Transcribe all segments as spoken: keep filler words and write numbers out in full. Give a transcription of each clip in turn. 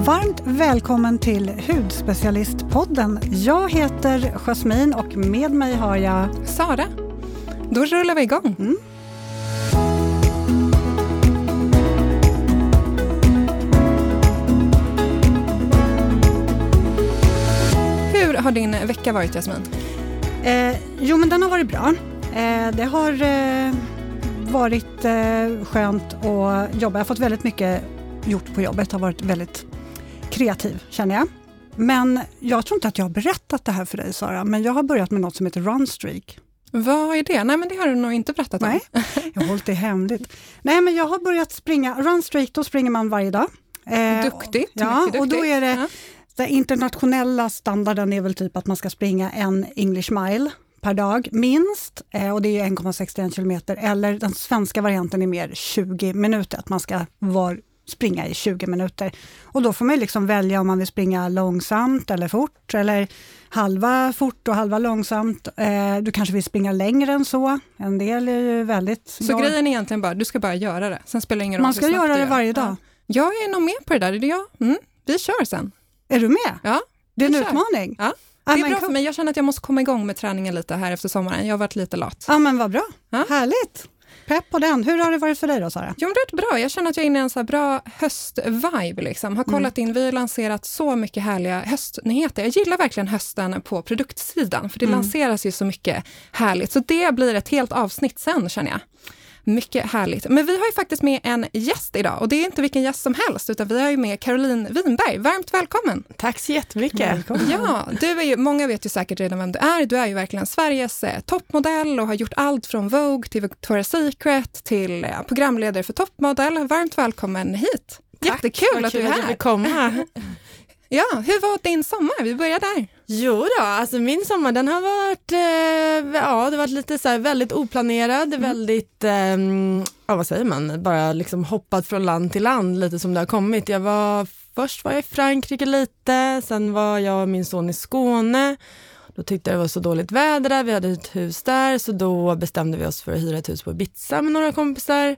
Varmt välkommen till Hudspecialistpodden. Jag heter Jasmin och med mig har jag Sara. Då rullar vi igång. Mm. Hur har din vecka varit, Jasmin? Eh, jo, men den har varit bra. Eh, det har eh, varit eh, skönt att jobba. Jag har fått väldigt mycket gjort på jobbet. Jag har varit väldigt kreativ, känner jag. Men jag tror inte att jag har berättat det här för dig, Sara. Men jag har börjat med något som heter Runstreak. Vad är det? Nej, men det har du nog inte berättat Nej, om. Jag har hållit det hemligt. Nej, men jag har börjat springa. Runstreak, då springer man varje dag. Eh, duktigt. Ja, duktigt. Och då är det... Ja. Den internationella standarden är väl typ att man ska springa en English mile per dag minst, och det är en komma sextioen kilometer, eller den svenska varianten är mer tjugo minuter, att man ska var, springa i tjugo minuter. Och då får man liksom välja om man vill springa långsamt eller fort, eller halva fort och halva långsamt. Du kanske vill springa längre än så. En del är ju väldigt... Så jag... grejen är egentligen bara, du ska bara göra det. Sen spelar det ingen roll. Man ska göra det varje dag. Ja. Jag är nog med på det där. Det är jag. Mm. Vi kör sen. Är du med? Ja. Det är en utmaning. Ja. Det är bra för mig. Jag känner att jag måste komma igång med träningen lite här efter sommaren. Jag har varit lite lat. Ja, men vad bra. Ja. Härligt. Pepp på den. Hur har det varit för dig då, Sara? Jo, men det är bra. Jag känner att jag är inne i en så här bra höstvibe. Liksom. Har kollat mm. in. Vi har lanserat så mycket härliga höstnyheter. Jag gillar verkligen hösten på produktsidan. För det mm. lanseras ju så mycket härligt. Så det blir ett helt avsnitt sen, känner jag. Mycket härligt. Men vi har ju faktiskt med en gäst idag. Och det är inte vilken gäst som helst, utan vi har ju med Caroline Winberg. Varmt välkommen! Tack så jättemycket! Välkommen. Ja, du är ju, många vet ju säkert redan vem du är. Du är ju verkligen Sveriges eh, toppmodell och har gjort allt från Vogue till Victoria's Secret till eh, programledare för Toppmodell. Varmt välkommen hit! Tack, jättekul att du är här! Att du fick komma. Ja, hur var din sommar? Vi börjar där. Jo då, alltså min sommar den har varit, eh, ja det har varit lite så här väldigt oplanerad, mm. väldigt, eh, ja vad säger man, bara liksom hoppat från land till land lite som det har kommit. Jag var, först var jag i Frankrike lite, sen var jag och min son i Skåne. Då tyckte jag det var så dåligt väder där, vi hade ett hus där, så då bestämde vi oss för att hyra ett hus på Ibiza med några kompisar.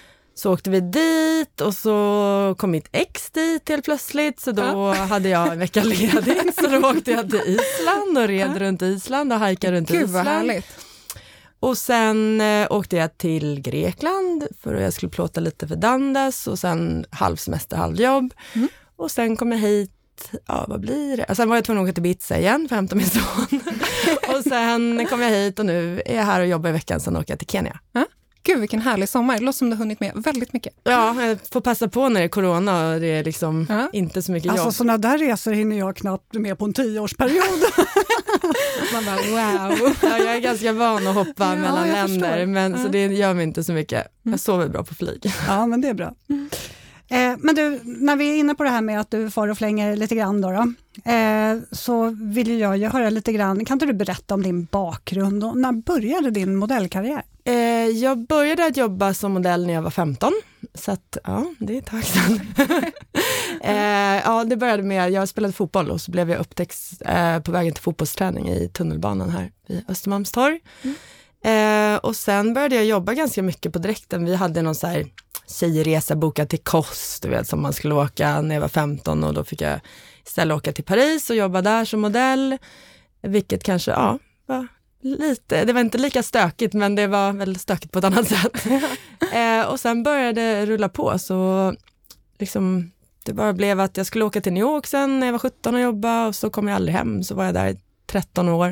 Så åkte vi dit och så kom mitt ex dit helt plötsligt. Så då ja. hade jag en vecka ledigt. Så då åkte jag till Island och red ja. runt Island och hajkade runt Gud, Island. Vad härligt. Och sen eh, åkte jag till Grekland för att jag skulle plåta lite för Dandas. Och sen halvsemester, halvjobb. Mm. Och sen kom jag hit, ja vad blir det? Och sen var jag tvungen att åka till Ibiza igen för att hämta min son. Och sen kom jag hit och nu är jag här och jobbar i veckan, sen åker jag till Kenya. Ja. Gud, vilken härlig sommar. Det låter som du har hunnit med väldigt mycket. Ja, jag får passa på när det är corona och det är liksom ja. inte så mycket jobb. Alltså sådana där resor hinner jag knappt med på en tioårsperiod. Man bara, wow. Ja, jag är ganska van att hoppa ja, mellan länder, men ja. så det gör mig inte så mycket. Jag sover bra på flyg. Ja, men det är bra. Mm. Eh, men du, när vi är inne på det här med att du far och flänger lite grann då, då eh, så vill jag ju höra lite grann. Kan inte du berätta om din bakgrund och när började din modellkarriär? Eh, jag började att jobba som modell när jag var femton, så att ja, det är ett tag sedan. eh, ja, det började med, jag spelade fotboll och så blev jag upptäckt eh, på vägen till fotbollsträning i tunnelbanan här vid Östermalmstorg. Mm. Eh, och sen började jag jobba ganska mycket på direkten. Vi hade någon så här tjejresa bokad till Kos, du vet, som man skulle åka när jag var femton, och då fick jag istället åka till Paris och jobba där som modell, vilket kanske, ja, var lite, det var inte lika stökigt, men det var väl stökigt på ett annat sätt. eh, och sen började det rulla på, så liksom det bara blev att jag skulle åka till New York sen när jag var sjutton och jobba, och så kom jag aldrig hem, så var jag där i tretton år.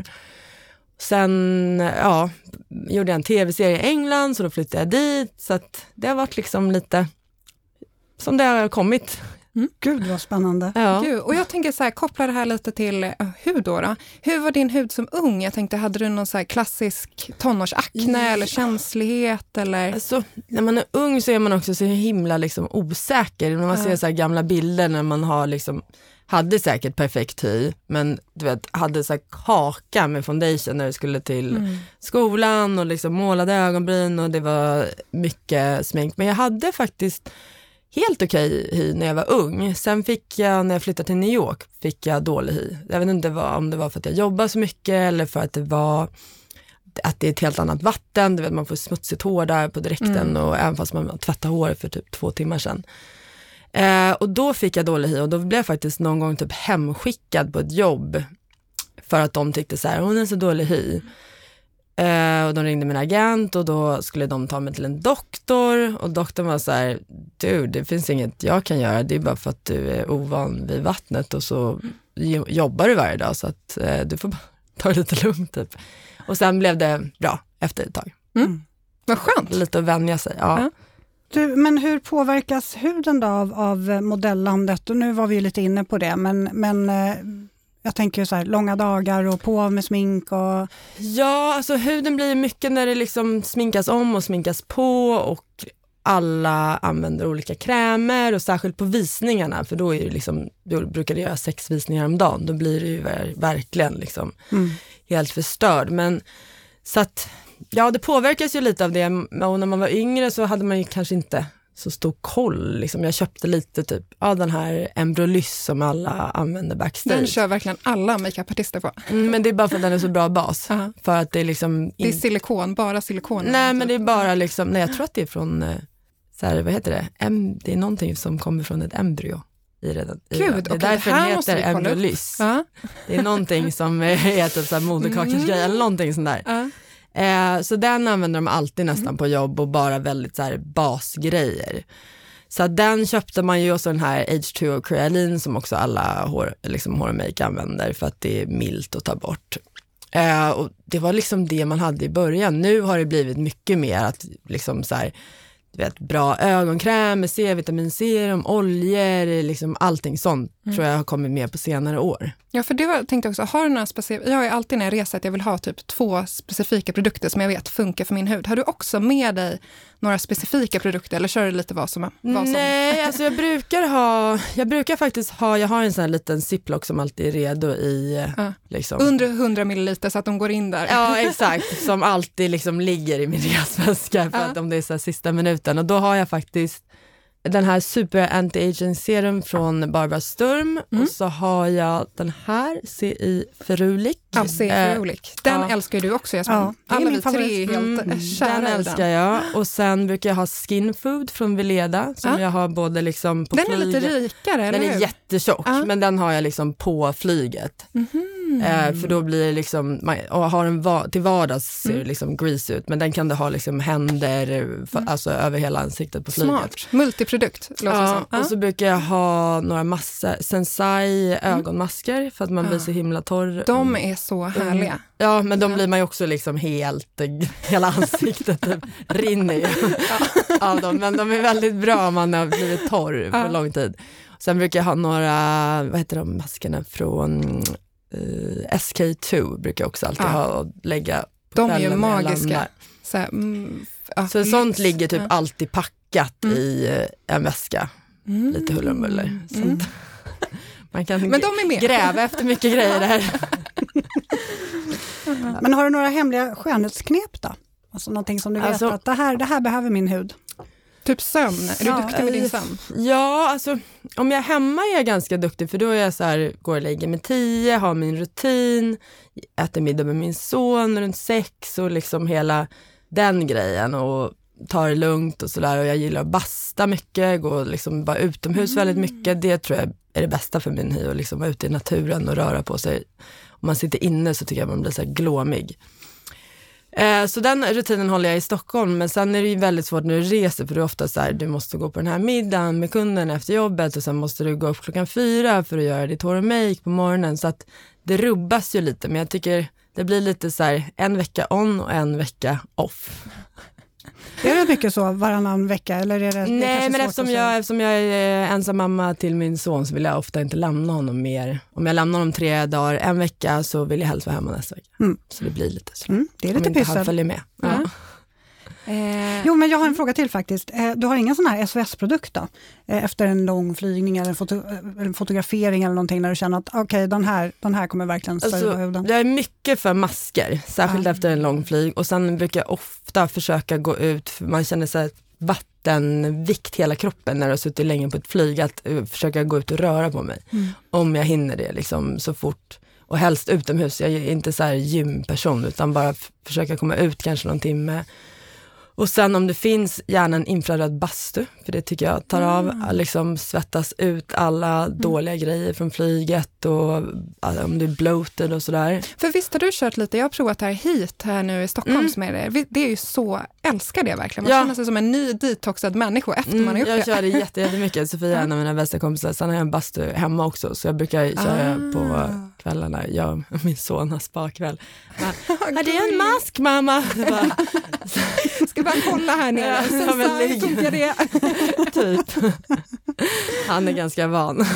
Sen, ja, gjorde jag en tv-serie i England, så då flyttade jag dit, så att det har varit liksom lite som det har kommit. Mm. Gud vad spännande. Ja. Gud, och jag tänker så här, koppla det här lite till uh, hud då, då. Hur var din hud som ung? Jag tänkte, hade du någon så här klassisk tonårsakne ja. eller känslighet? Eller? Alltså, när man är ung så är man också så himla liksom osäker. När man ja. ser så här gamla bilder när man har liksom, hade säkert perfekt hy, men du vet, hade så här kaka med foundation när du skulle till mm. skolan och liksom målade ögonbryn och det var mycket smink. Men jag hade faktiskt helt okej hy när jag var ung. Sen fick jag, när jag flyttade till New York, fick jag dålig hy. Jag vet inte om det var för att jag jobbade så mycket eller för att det var att det är ett helt annat vatten. Du vet, man får smutsigt hår där på direkten mm. och även fast man tvättar hår för typ två timmar sedan. Eh, och då fick jag dålig hy och då blev jag faktiskt någon gång typ hemskickad på ett jobb för att de tyckte så här, hon är så dålig hy. Eh, och de ringde min agent och då skulle de ta mig till en doktor och doktorn var så här, du, det finns inget jag kan göra, det är bara för att du är ovan vid vattnet och så jobbar du varje dag så att eh, du får bara ta det lite lugnt typ. Och sen blev det bra efter ett tag. Mm. Vad skönt. Lite att vänja sig, ja. ja. Du, men hur påverkas huden då av, av modellandet? Och nu var vi ju lite inne på det, men, men eh, jag tänker ju så här, långa dagar och på med smink och... Ja, alltså huden blir mycket när det liksom sminkas om och sminkas på och alla använder olika krämer och särskilt på visningarna för då är det liksom, då brukar det göra sex visningar om dagen, då blir det ju verkligen liksom mm. helt förstörd. Men så att, ja det påverkas ju lite av det och när man var yngre så hade man ju kanske inte så stor koll. Liksom. Jag köpte lite typ av den här Embryolisse som alla använder backstage. Den kör verkligen alla makeupartister på. Mm, men det är bara för att den är så bra bas. Uh-huh. För att det är liksom... In... Det är silikon, bara silikon. Nej, men det är bara liksom... Nej, jag tror att det är från... Så här, vad heter det? Em... Det är någonting som kommer från ett embryo. I redan, i Gud, det. Det är okay, därför det den heter Embryolisse. Uh-huh. Det är någonting som är typ så här moderkaksgrej mm. eller någonting sånt där. Uh-huh. Eh, så den använder de alltid nästan mm. på jobb och bara väldigt så här basgrejer. Så den köpte man ju också den här H två O Crealin som också alla hår, liksom hår och make använder för att det är milt att ta bort. Eh, och det var liksom det man hade i början. Nu har det blivit mycket mer att liksom så här, du vet, bra ögonkräm, C-vitaminserum, oljor, liksom allting sånt mm. tror jag har kommit med på senare år. Ja, för det var, tänkte jag också, har du några specifika, jag har ju alltid när jag reser att jag vill ha typ två specifika produkter som jag vet funkar för min hud. Har du också med dig några specifika produkter eller kör du lite vad som är? Vad som... Nej, alltså jag brukar ha, jag brukar faktiskt ha, jag har en sån här liten ziplock som alltid är redo i ja. liksom. Under hundra milliliter så att de går in där. Ja, exakt, som alltid liksom ligger i min resväska för ja. Att om det är så här sista minuten och då har jag faktiskt den här super anti-aging serum från Barbara Sturm mm. och så har jag den här C I Ferulic. Ja, C I Ferulic. Den ja. Älskar du också, Jasmin. Ja, alla vi tre är helt mm. kära. Den älskar jag. Och sen brukar jag ha Skin Food från Veleda som ja. Jag har både liksom på den flyget. Den är lite rikare, eller Den hur? är jättetjock, ja. Men den har jag liksom på flyget. Mm-hmm. Eh, för då blir det liksom, man, och har den va- till vardags ser det liksom grease ut, men den kan du ha liksom händer för, mm. alltså över hela ansiktet på flyget. Smart, multiprodukt. Ja, och så brukar jag ha några massa Sensai ögonmasker för att man blir så himla torr. De är så härliga. Mm. Ja, men de blir man ju också liksom helt, hela ansiktet typ, rinner ju ja. Av dem. Men de är väldigt bra om man har blivit torr på ja. Lång tid. Sen brukar jag ha några, vad heter de maskerna från uh, S K två brukar jag också alltid ja. Ha och lägga på de är ju magiska. Så, mm, ja, så sånt ligger typ ja. Alltid packat mm. i en väska. Mm. Lite huller och muller. Mm. Man kan men de är med. Gräva efter mycket grejer där. Men har du några hemliga skönhetsknep då? Alltså någonting som du vet alltså, att det här, det här behöver min hud. Typ sömn. Är ja, du duktig med din sömn? Ja, alltså om jag är hemma är jag ganska duktig för då är jag så här, går och lägger mig tio, har min rutin, äter middag med min son runt sex och liksom hela den grejen och tar det lugnt och sådär och jag gillar att basta mycket, gå liksom bara utomhus mm. väldigt mycket. Det tror jag är det bästa för min hy att liksom vara ute i naturen och röra på sig. Om man sitter inne så tycker jag man blir så här glåmig. Eh, så den rutinen håller jag i Stockholm, men sen är det ju väldigt svårt när du reser för du är ofta så här, du måste gå på den här middagen med kunden efter jobbet och sen måste du gå upp klockan fyra för att göra ditt hår och make på morgonen så att det rubbas ju lite, men jag tycker det blir lite så här en vecka on och en vecka off. Är det mycket så varannan vecka? Eller är det, Nej, det men eftersom jag, eftersom jag är ensam mamma till min son så vill jag ofta inte lämna honom mer. Om jag lämnar honom tre dagar, en vecka så vill jag helst vara hemma nästa vecka. Mm. Så det blir lite så. Mm, det är lite pyssel. Han följer med. Ja. Mm. Eh. Jo, men jag har en fråga till faktiskt. Eh, du har ingen sån här S O S-produkt då? Eh, efter en lång flygning eller en, foto- en fotografering eller någonting när du känner att okej, okay, den, här, den här kommer verkligen störa alltså, huden. Jag är mycket för masker, särskilt ah. efter en lång flyg. Och sen brukar jag ofta försöka gå ut, för man känner sig vattenvikt hela kroppen när du har suttit länge på ett flyg, att uh, försöka gå ut och röra på mig. Mm. Om jag hinner det liksom så fort. Och helst utomhus, jag är inte så här gymperson utan bara f- försöka komma ut kanske någon timme. Och sen om det finns gärna en infraröd bastu, för det tycker jag tar av, Mm. liksom svettas ut alla Mm. dåliga grejer från flyget och alltså, om du är bloated och sådär. För visst har du kört lite, jag har provat det här hit här nu i Stockholm Mm. som är det. Vi- Det är ju så, älskar det verkligen. Man Ja. känner sig som en ny detoxad människa efter man har gjort jag det. kör det jätte, jättemycket. Sofia är en av mina bästa kompisar. Sen har jag en bastu hemma också, så jag brukar köra Ah. på kvällarna. Jag och min son har spakväll. Är det är en mask, mamma? Jag bara, Ska bara kolla här nere. Ja, Sen ja, så men här ligg. funkar det. typ. Han är ganska van.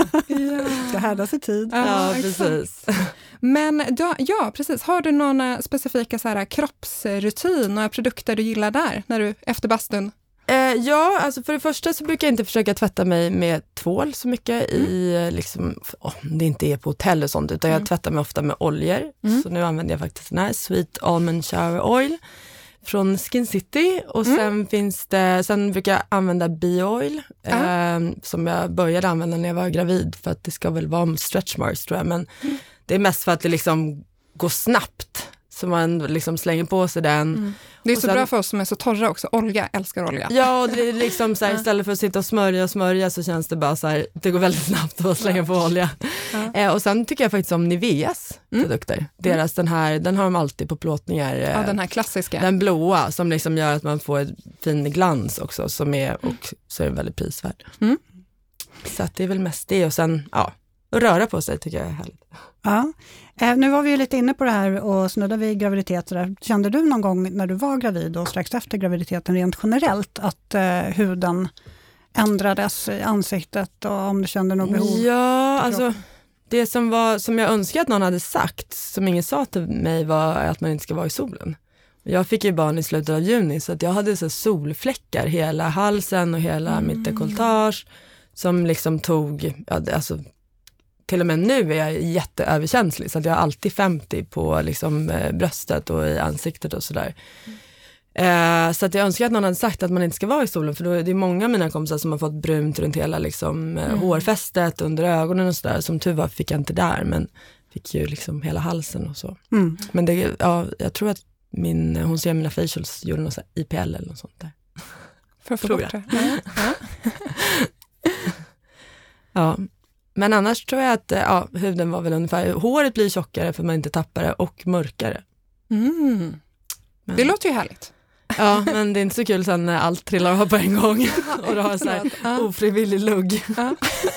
Ska härdas i tid. Ja, Ja, exakt. precis. Men då, ja, precis. Har du några specifika så här, kroppsrutin, några produkter du gillar där när du efter bastun? Eh, ja, alltså för det första så brukar jag inte försöka tvätta mig med tvål så mycket i, eh, liksom, oh, det inte är på hotell och sånt, utan Mm. jag tvättar mig ofta med oljor. Mm. Så nu använder jag faktiskt den här Sweet Almond Shower Oil från Skin City, och Mm. sen finns det, sen brukar jag använda Bioil eh, som jag började använda när jag var gravid, för att det ska väl vara stretch marks tror jag, men Mm. det är mest för att det liksom går snabbt, så man liksom slänger på sig den. Mm. Det är Och så sen- bra för oss som är så torra också. Olja, älskar olja. Ja, och det är liksom så här, istället för att sitta och smörja och smörja så känns det bara så här, det går väldigt snabbt att slänga på olja. Ja. Eh, och sen tycker jag faktiskt om Niveas Mm. produkter. Deras den här, den har de alltid på plåtningar. Eh, Ja, den här klassiska. den blåa som liksom gör att man får ett fin glans också, som är, och så är den väldigt prisvärd. Mm. Så att det är väl mest det, och sen ja, att röra på sig tycker jag är härligt. Ja. Eh, nu var vi ju lite inne på det här och snuddade vid graviditet. Så där. Kände du någon gång när du var gravid och strax efter graviditeten rent generellt att eh, huden ändrades i ansiktet, och om du kände något behov? Ja, till alltså det som, var, som jag önskar att någon hade sagt, som ingen sa till mig, var att man inte ska vara i solen. Jag fick ju barn i slutet av juni, så att jag hade så solfläckar hela halsen och hela Mm. mitt dekolletage som liksom tog, ja, det- alltså till och med nu är jag jätteöverkänslig, så att jag har alltid femtio på liksom, eh, bröstet och i ansiktet och sådär. Eh, så att jag önskar att någon hade sagt att man inte ska vara i solen, för då är det många av mina kompisar som har fått brunt runt hela liksom, eh, Mm. hårfästet, under ögonen och sådär. Som tur var fick jag inte där, men fick ju liksom hela halsen och så. Mm. Men det, ja, jag tror att min, hon ser mina facials gjorde något så här I P L eller något sånt där. För att få tror bort jag. det. Ja. Ja, men annars tror jag att ja, huden var väl ungefär, håret blir tjockare för man inte tappar det, och mörkare. Mm. Men, Det låter ju härligt. ja, men det är inte så kul sen när allt trillar av på en gång och du har så här Förlåt. Ja. ofrivillig lugg. Ja.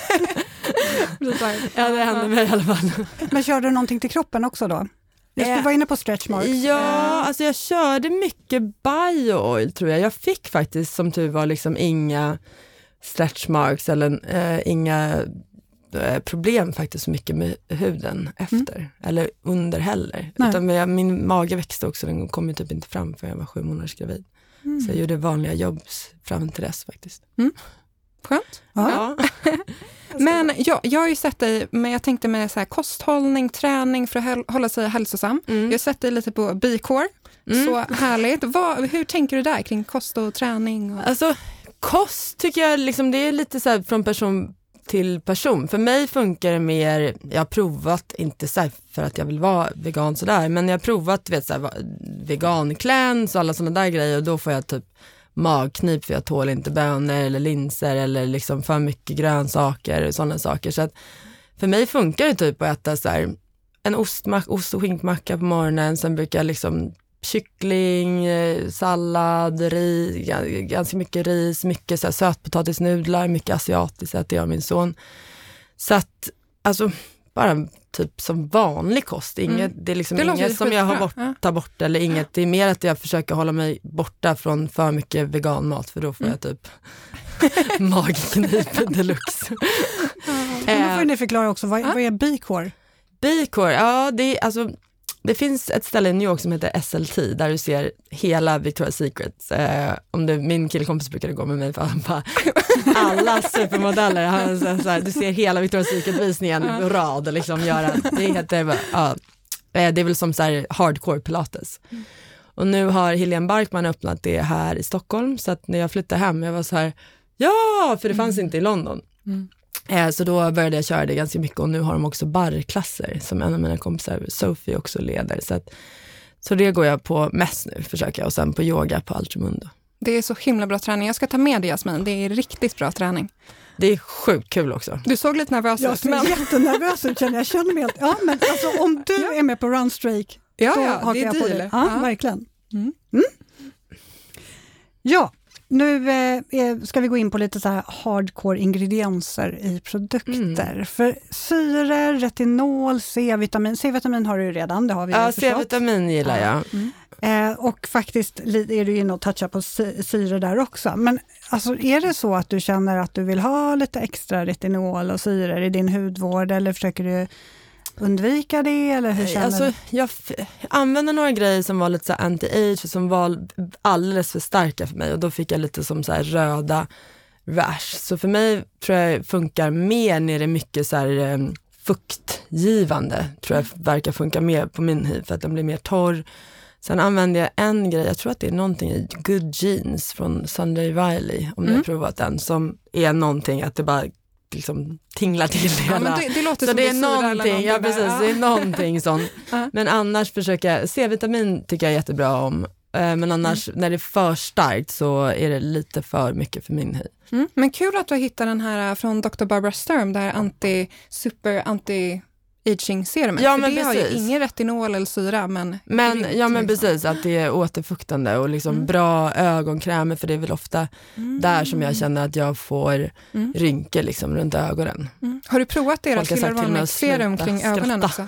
Ja, det hände mig i alla fall. Men körde du någonting till kroppen också då? Just, du Eh, var inne på stretch marks. Ja, alltså jag körde mycket bio-oil tror jag. Jag fick faktiskt som tur var liksom inga stretch marks eller eh, inga eh, problem faktiskt så mycket med huden efter, eller under heller. Nej. Utan jag, min mage växte också, den kom ju typ inte fram för jag var sju månaders gravid. Mm. Så jag gjorde vanliga jobb fram till dess faktiskt. Skönt. Ja. Ja. Men ja, jag har ju sett dig, men jag tänkte med så här, kosthållning, träning för att höll- hålla sig hälsosam. Mm. Jag har sett dig lite på B-core, Mm. så härligt. Vad, hur tänker du där kring kost och träning? Och... Alltså, kost tycker jag liksom, det är lite så här från person till person. För mig funkar det mer, jag har provat, inte så här för att jag vill vara vegan sådär, men jag har provat vet, så här, vegankläns och alla sådana där grejer, och då får jag typ magknip för jag tål inte bönor eller linser eller liksom för mycket grönsaker och sådana saker. Så att för mig funkar det typ att äta så här, en ostmack, ost och skinkmacka på morgonen, sen brukar jag liksom kyckling, eh, sallad, ris, ganska mycket ris, mycket så här sötpotatisnudlar, mycket asiatiskt äter jag och min son. Så att, alltså, bara typ som vanlig kost. Inget, Mm. det är liksom Det låter inget ju som jag har skitbra. bort, Ja. tar bort eller inget. Det är mer att jag försöker hålla mig borta från för mycket veganmat, för då får jag typ magknip deluxe. Men då Eh, får ni förklara också, vad, vad är B-core? B-core, ja det är alltså, det finns ett ställe i New York som heter S L T där du ser hela Victoria's Secret. Eh, om det, min killkompis brukade gå med mig för han bara, alla supermodeller, han, så, så här, du ser hela Victoria's Secret-visningen i rad liksom göra. Det heter, ja, eh, det är väl som så här hardcore pilates. Mm. Och nu har Helene Barkman öppnat det här i Stockholm, så att när jag flyttade hem, jag var så här, ja, för det fanns inte i London. Mm. Eh, så då började jag köra det ganska mycket, och nu har de också barrklasser som en av mina kompisar, Sophie, också leder. Så att Så det går jag på mest nu, försöker jag. Och sen på yoga på Altramundo. Det är så himla bra träning. Jag ska ta med det, Jasmin. Det är riktigt bra träning. Det är sjukt kul också. Du såg lite nervös ut. Jag ser men... jättenervös ut, känner jag. känner mig helt... Ja, men alltså, om du ja. är med på Runstreak, ja, då ja, hakar det är jag på deal. det. Ja, ja. verkligen. Mm. Mm. Ja, nu eh, ska vi gå in på lite så här hardcore ingredienser i produkter. Mm. För syre, retinol, C-vitamin. C-vitamin har du ju redan, det har vi ja, förstått. C-vitamin gillar jag. Mm. Eh, och faktiskt är du inne och touchar på syre där också. Men alltså, är det så att du känner att du vill ha lite extra retinol och syre i din hudvård, eller försöker du undvika det? Eller hur känner alltså, jag f- använde några grejer som var lite så anti-age och som var alldeles för starka för mig, och då fick jag lite som så här röda rash. Så för mig tror jag det funkar mer när det är mycket så här um, fuktgivande, tror jag verkar funka mer på min hy för att den blir mer torr. Sen använde jag en grej, jag tror att det är någonting i Good Genes från Sunday Riley, om mm. du har provat den, som är någonting att det bara liksom tinglar till det hela. Ja, det, det låter så som det är det någonting, ja precis, ja. det är någonting sånt. Ja. Men annars försöker jag, C-vitamin tycker jag är jättebra om, men annars mm. när det är för starkt så är det lite för mycket för min hy. Mm. Men kul att du hittar den här från doktor Barbara Sturm, det här anti, super anti aging serum. Ja, för men det precis. har ju ingen retinol eller syra, men... men ja, men liksom. precis, att det är återfuktande och liksom mm. bra ögonkrämer, för det är väl ofta mm. där som jag känner att jag får mm. rynkor liksom runt ögonen. Mm. Har du provat deras hyaluronic serum kring skratta. ögonen också?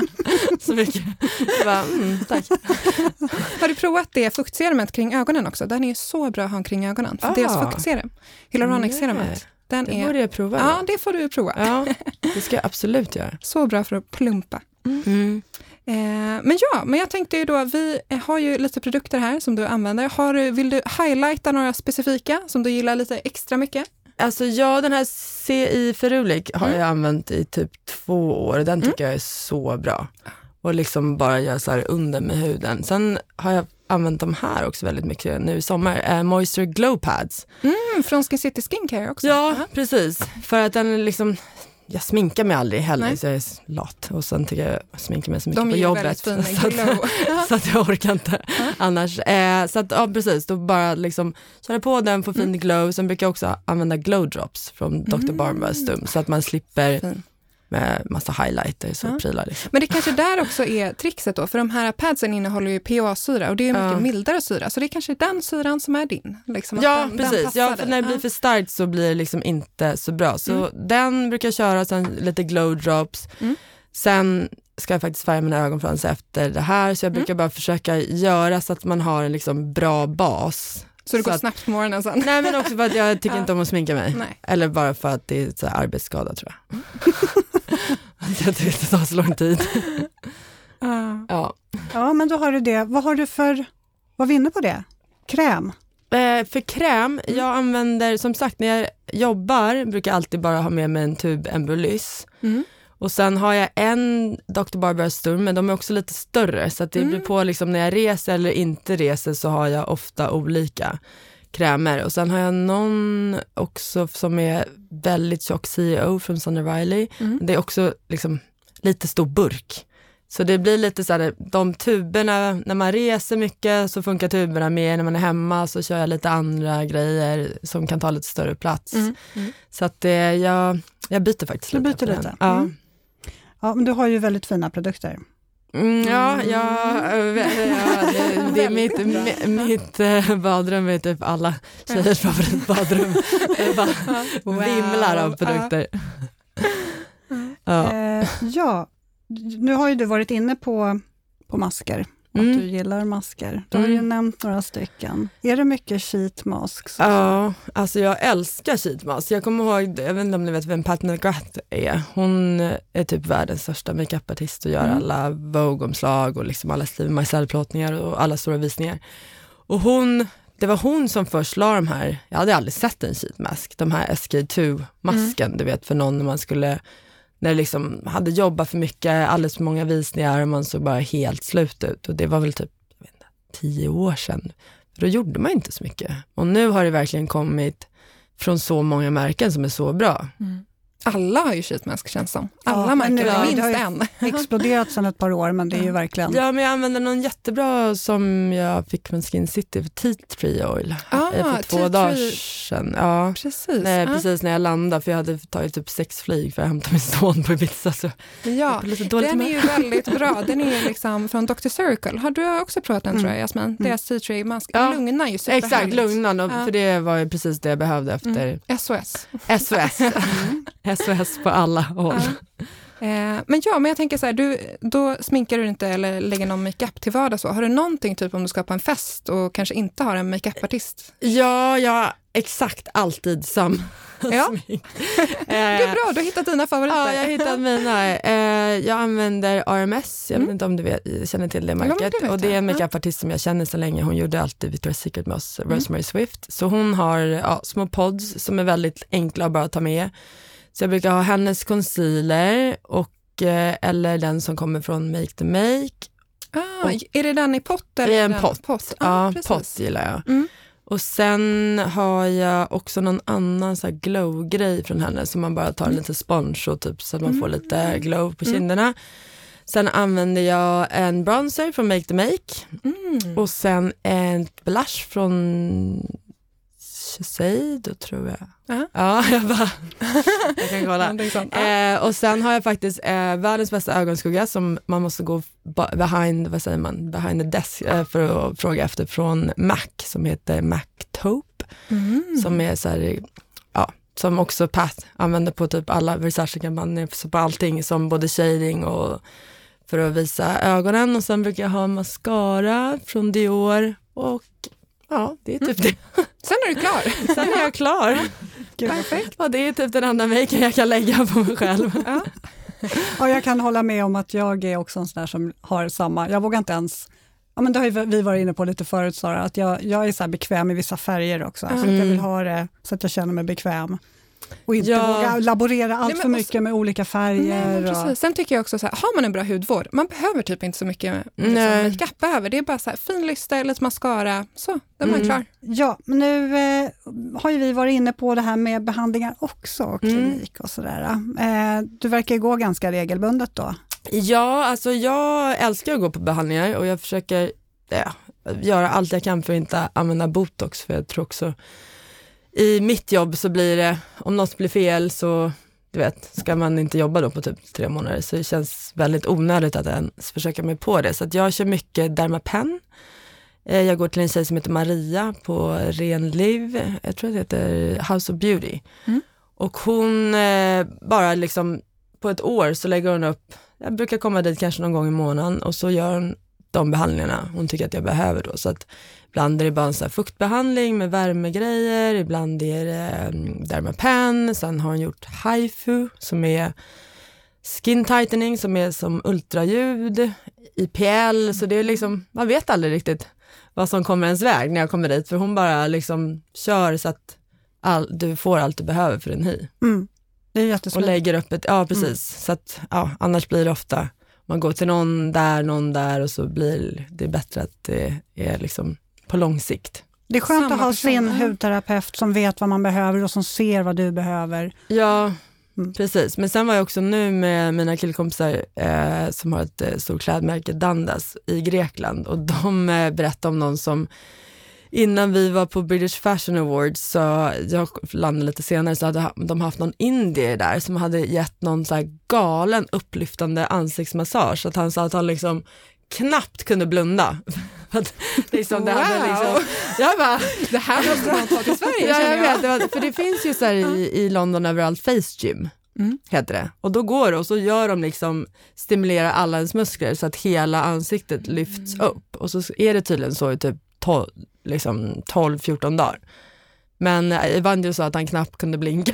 Så mycket. Bara, mm, tack. Har du provat det fuktserumet kring ögonen också? Den är ju så bra att ha kring ögonen. För ah. deras fuktserum, hyaluronic serumet. Den det är... borde jag prova. Ja, det får du prova. Ja, det ska jag absolut göra. Så bra för att plumpa. Mm. Mm. Eh, men ja, men jag tänkte ju då, vi har ju lite produkter här som du använder. Har, vill du highlighta några specifika som du gillar lite extra mycket? Alltså ja, den här C I Ferulic har mm. jag använt i typ två år. Den tycker mm. jag är så bra. Och liksom bara göra så här under med huden. Sen har jag använt de här också väldigt mycket nu i sommar. Eh, Moisture Glow Pads. Mm, från Skin City Skincare också. Ja, uh-huh. precis. För att den liksom... Jag sminkar mig aldrig heller, Nej. så jag är lat. Och sen tycker jag jag sminkar mig så mycket de på jobbet. Så att, så att jag orkar inte uh-huh. annars. Eh, så att, ja precis. Då bara liksom köra på den, få fin mm. glow. Sen brukar jag också använda glow drops från doktor Mm. Barbara Sturm. Så att man slipper... Fin. Med massa highlighters och ja. prylar. Liksom. Men det kanske där också är trixet då, för de här padsen innehåller ju P A A-syra och det är mycket ja. mildare syra, så det är kanske den syran som är din. Liksom, ja, den, precis. Den ja, för när det blir för starkt så blir det liksom inte så bra. Så mm. den brukar jag köra, sen lite glow drops. Mm. Sen ska jag faktiskt färga mina ögonfransar efter det här, så jag brukar mm. bara försöka göra så att man har en liksom bra bas. Så det går så att, snabbt på morgonen sen? Nej, men också för att jag tycker ja. inte om att sminka mig. Nej. Eller bara för att det är så här arbetsskada, tror jag. Jag tycker att det tar så lång tid. Uh. Ja. Ja, men då har du det. Vad har du för, vad vinner på det? Kräm? Eh, för kräm, mm. jag använder, som sagt, när jag jobbar brukar jag alltid bara ha med mig en tub Embryolisse. Mm. Och sen har jag en doktor Barbara Sturm, men de är också lite större, så att det mm. blir på liksom när jag reser eller inte reser, så har jag ofta olika krämer. Och sen har jag någon också som är väldigt tjock, C E O från Sunday Riley. Mm. Det är också liksom lite stor burk. Så det blir lite så här, de tuberna, när man reser mycket så funkar tuberna mer, när man är hemma så kör jag lite andra grejer som kan ta lite större plats. Mm. Mm. Så att det, jag, jag byter faktiskt du lite. Du byter lite? Mm. Ja. Ja, men du har ju väldigt fina produkter. Mm, ja, ja, ja det, det är mitt, mitt, mitt badrum är typ alla tjejers favoritbadrum. Det bara wow. vimlar av produkter. Ja. Eh, ja, nu har ju du varit inne på, på masker. Att mm. du gillar masker. Du har ju mm. nämnt några stycken. Är det mycket sheet masks? Ja, alltså jag älskar sheet mask. Jag kommer ihåg, jag vet inte om ni vet vem Pat McGrath är. Hon är typ världens största makeupartist och gör mm. alla Vogue-omslag och liksom alla Steve Marcel-plåtningar och alla stora visningar. Och hon, det var hon som först la de här, jag hade aldrig sett en sheet mask, de här S K två-masken, mm. du vet, för någon när man skulle... När det liksom hade jobbat för mycket, alldeles för många visningar och man såg bara helt slut ut. Och det var väl typ jag vet inte, tio år sedan. För då gjorde man inte så mycket. Och nu har det verkligen kommit från så många märken som är så bra. Mm. alla har ju sheetmask, känns som. Alla Ja, märker men nu- det, ja, minst det har ju en. exploderat sedan ett par år, men det är ju verkligen... Ja, men jag använder någon jättebra som jag fick från Skin City, tea tree oil, Ah, för två tea dagar tree. sedan. Ja. Precis. Nej, Ja. precis när jag landade, för jag hade tagit typ sex flyg för att hämta min son på Ibiza. Så Ja, jag är lite dåligt den är humör. ju väldigt bra. Den är liksom från doktor Circle. Har du också provat den, Mm. tror jag, Jasmin? Deras tea tree mask. Ja. Lugnar ju superhärligt. Exakt, lugnan, och Ja. för det var ju precis det jag behövde efter Mm. S O S. S O S. S O S på alla håll. Ja. Eh, men ja, men jag tänker så här, du, då sminkar du inte eller lägger någon makeup till vardag så. Har du någonting typ om du ska på en fest och kanske inte har en makeupartist? Ja, ja, exakt alltid sam. Ja. smink. Det är bra, du har hittat dina favoriter. Ja, jag har hittat mina. Eh, jag använder R M S, jag vet inte om du vet, känner till det märket. Ja, det vet och det är en jag. makeupartist som jag känner så länge. Hon gjorde alltid Victoria's Secret med oss, Rosemary Swift. Så hon har ja, små pods som är väldigt enkla att bara ta med. Så jag brukar ha hennes concealer och, eh, eller den som kommer från Make the Make. Ah, är det den i pott? Eller Det är en den? pott. pott. Ja, precis. pott gillar jag. Mm. Och sen har jag också någon annan så här glow-grej från henne som man bara tar lite sponge och typ så att man får lite glow på kinderna. Sen använder jag en bronzer från Make the Make Mm. och sen en blush från Shiseido, tror jag. Ja. Ja, jag bara jag kan kolla. Någonting sånt. Ja. Eh, och sen har jag faktiskt eh, världens bästa ögonskugga som man måste gå ba- behind, vad säger man, behind the desk eh, för att fråga efter från MAC som heter MAC Taupe. Mm. Som är så här, ja, som också Pat använder på typ alla Versace-kampanjer, så på allting som både shading och för att visa ögonen. Och sen brukar jag ha mascara från Dior och ja, det är typ det. Sen är du klar. Sen är jag klar. Perfekt. Och det är typ den enda maken jag kan lägga på mig själv. Ja. Ja, jag kan hålla med om att jag är också en sån där som har samma, jag vågar inte ens, ja men det har ju vi varit inne på lite förut Sara, att jag, jag är så här bekväm i vissa färger också, Mm. så att jag vill ha det så att jag känner mig bekväm. Och inte Ja. våga laborera allt Nej, men för och mycket med olika färger. Nej, men och, precis. Sen tycker jag också så här, har man en bra hudvård, man behöver typ inte så mycket liksom, Nej. makeup över. Det är bara så här, fin lyster, lite mascara, så, då är man Mm. klar. ja, men nu eh, har ju vi varit inne på det här med behandlingar också, och klinik och sådär. Eh, du verkar ju gå ganska regelbundet då. Ja, alltså jag älskar att gå på behandlingar och jag försöker ja, göra allt jag kan för att inte använda botox, för jag tror också i mitt jobb så blir det, om något blir fel så du vet, ska man inte jobba då på typ tre månader, så det känns väldigt onödigt att ens försöka mig på det. Så att jag kör mycket Dermapen. Eh, Jag går till en tjej som heter Maria på Renliv, jag tror det heter House of Beauty. Mm. Och hon eh, bara liksom på ett år så lägger hon upp, jag brukar komma dit kanske någon gång i månaden och så gör hon de behandlingarna hon tycker att jag behöver då. Så att ibland är det bara en sån här fuktbehandling med värmegrejer, ibland är det um, Dermapen, sen har hon gjort Haifu som är skin tightening som är som ultraljud, I P L, så det är liksom, man vet aldrig riktigt vad som kommer ens väg när jag kommer dit, för hon bara liksom kör så att all, du får allt du behöver för en hy. Mm. Det är Och jättesmart. lägger upp ett, ja precis, Mm. så att ja, annars blir det ofta, man går till någon där, någon där och så blir det bättre att det är liksom på lång sikt. Det är skönt Samma att ha person, sin ja. hudterapeut som vet vad man behöver och som ser vad du behöver. Ja, Mm. precis. Men sen var jag också nu med mina killkompisar eh, som har ett eh, stort klädmärke, Dandas, i Grekland. Och de eh, berättade om någon som, innan vi var på British Fashion Awards, så jag landade lite senare, så hade de haft någon indier där som hade gett någon så här galen upplyftande ansiktsmassage. Så att han sa att han liksom knappt kunde blunda. Att liksom, det hade Wow. liksom, jag bara, Det här måste man ta till Sverige, ja, känner jag jag. vet, det var, för det finns ju så här i, i London överallt face gym, Mm. heter det. Och då går det och så gör de liksom, stimulerar alla ens muskler så att hela ansiktet lyfts Mm. upp. Och så är det tydligen så i typ tolv, liksom tolv fjorton dagar. Men Evangelio sa att han knappt kunde blinka.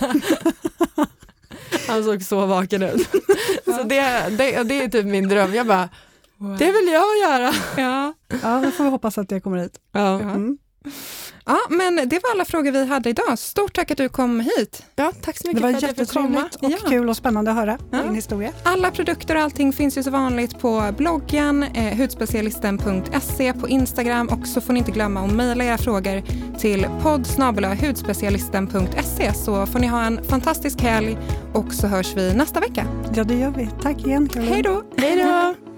Han såg så vaken ut. Så det, det, det är typ min dröm. Jag bara, Wow. det vill jag göra. Ja. Ja, då får vi hoppas att det kommer hit. Ja. Ja. Mm. Ja, men det var alla frågor vi hade idag. Stort tack att du kom hit. Ja, tack så mycket det var för att jag fick komma. jättetrevligt och Ja. kul och spännande att höra Ja. din historia. Alla produkter och allting finns ju så vanligt på bloggen eh, hudspecialisten punkt se, på Instagram, och så får ni inte glömma att mejla era frågor till podd snabel-a hudspecialisten punkt se, så får ni ha en fantastisk helg och så hörs vi nästa vecka. Ja, det gör vi. Tack igen, Caroline. Hej då! Hej då!